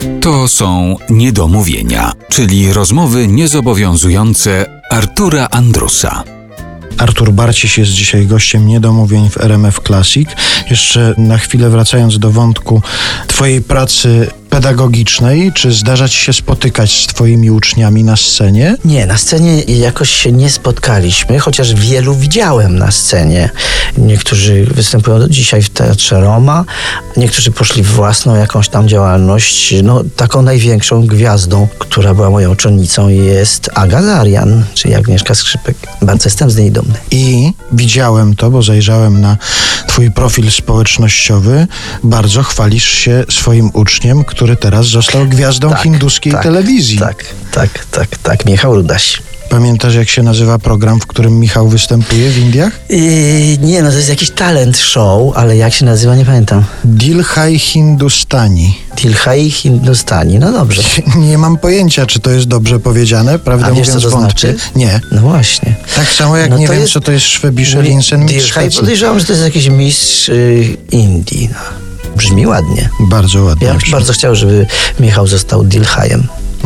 To są niedomówienia, czyli rozmowy niezobowiązujące Artura Andrusa. Artur Barciś jest dzisiaj gościem niedomówień w RMF Classic. Jeszcze na chwilę wracając do wątku twojej pracy pedagogicznej, czy zdarza ci się spotykać z twoimi uczniami na scenie? Nie, na scenie jakoś się nie spotkaliśmy, chociaż wielu widziałem na scenie. Niektórzy występują dzisiaj w Teatrze Roma, niektórzy poszli w własną jakąś tam działalność. No, taką największą gwiazdą, która była moją uczennicą, jest Aga Zarian, czyli Agnieszka Skrzypek. Bardzo jestem z niej dumny. I widziałem to, bo zajrzałem na twój profil społecznościowy. Bardzo chwalisz się swoim uczniem, który teraz został gwiazdą hinduskiej telewizji. Tak, Michał Rudaś. Pamiętasz, jak się nazywa program, w którym Michał występuje w Indiach? Nie, no to jest jakiś talent show, ale jak się nazywa, nie pamiętam. Dilhai Hindustani. Dilhai Hindustani, no dobrze. Nie mam pojęcia, czy to jest dobrze powiedziane, prawdę A wiesz, mówiąc, co to wątpię. znaczy? Nie. No właśnie. Tak samo jak nie wiem, co to jest Schwäbische Linsen mit Dilhai, Spätzle. podejrzewam, że to jest jakiś mistrz Indii. No. Brzmi ładnie. Bardzo ładnie. Ja bym bardzo chciał, żeby Michał został Dilhajem.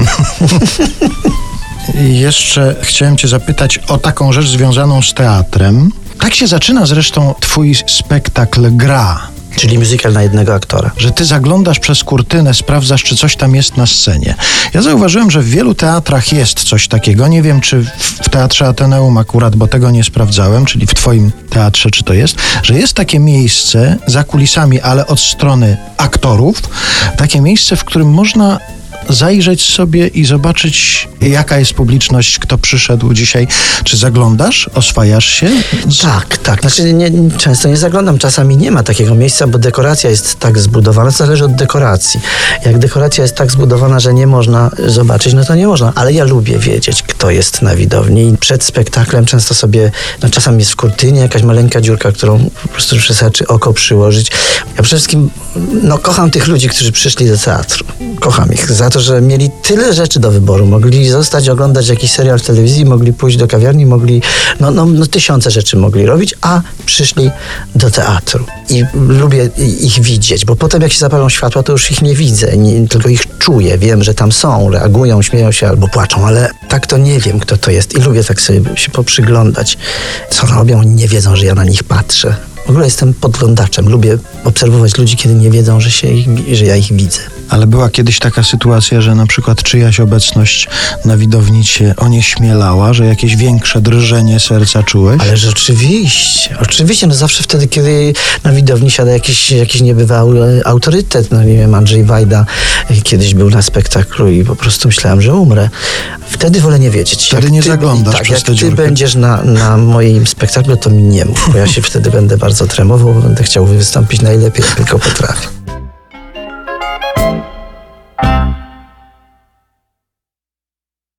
Jeszcze chciałem cię zapytać o taką rzecz związaną z teatrem. Tak się zaczyna zresztą twój spektakl Gra. Czyli musical na jednego aktora. Że ty zaglądasz przez kurtynę, sprawdzasz, czy coś tam jest na scenie. Ja zauważyłem, że w wielu teatrach jest coś takiego. Nie wiem, czy w Teatrze Ateneum akurat, bo tego nie sprawdzałem, czyli w twoim teatrze, czy to jest, że jest takie miejsce za kulisami, ale od strony aktorów, takie miejsce, w którym można zajrzeć sobie i zobaczyć, jaka jest publiczność, kto przyszedł dzisiaj. Czy zaglądasz? Oswajasz się? Tak. Znaczy często nie zaglądam. Czasami nie ma takiego miejsca, bo dekoracja jest tak zbudowana. Zależy od dekoracji. Jak dekoracja jest tak zbudowana, że nie można zobaczyć, no to nie można. Ale ja lubię wiedzieć, kto jest na widowni. I przed spektaklem często sobie, czasami jest w kurtynie jakaś maleńka dziurka, którą po prostu wystarczy oko przyłożyć. Ja przede wszystkim, kocham tych ludzi, którzy przyszli do teatru. Kocham ich za to, że mieli tyle rzeczy do wyboru. Mogli zostać, oglądać jakiś serial w telewizji, mogli pójść do kawiarni, mogli, tysiące rzeczy mogli robić, a przyszli do teatru. I lubię ich widzieć, bo potem jak się zapalą światła, to już ich nie widzę, tylko ich czuję. Wiem, że tam są, reagują, śmieją się albo płaczą, ale tak to nie wiem, kto to jest. I lubię tak sobie się poprzyglądać, co robią. Oni nie wiedzą, że ja na nich patrzę. W ogóle jestem podglądaczem. Lubię obserwować ludzi, kiedy nie wiedzą, że ja ich widzę. Ale była kiedyś taka sytuacja, że na przykład czyjaś obecność na widowni cię onieśmielała, że jakieś większe drżenie serca czułeś? Ale oczywiście, zawsze wtedy, kiedy na widowni siada jakiś niebywały autorytet, nie wiem, Andrzej Wajda kiedyś był na spektaklu i po prostu myślałem, że umrę. Wtedy wolę nie wiedzieć. Wtedy nie zaglądasz przez tę dziurkę. Jak ty będziesz na moim spektaklu, to mi nie mów, bo ja się wtedy będę bardzo tremował, będę chciał wystąpić najlepiej, jak tylko potrafię.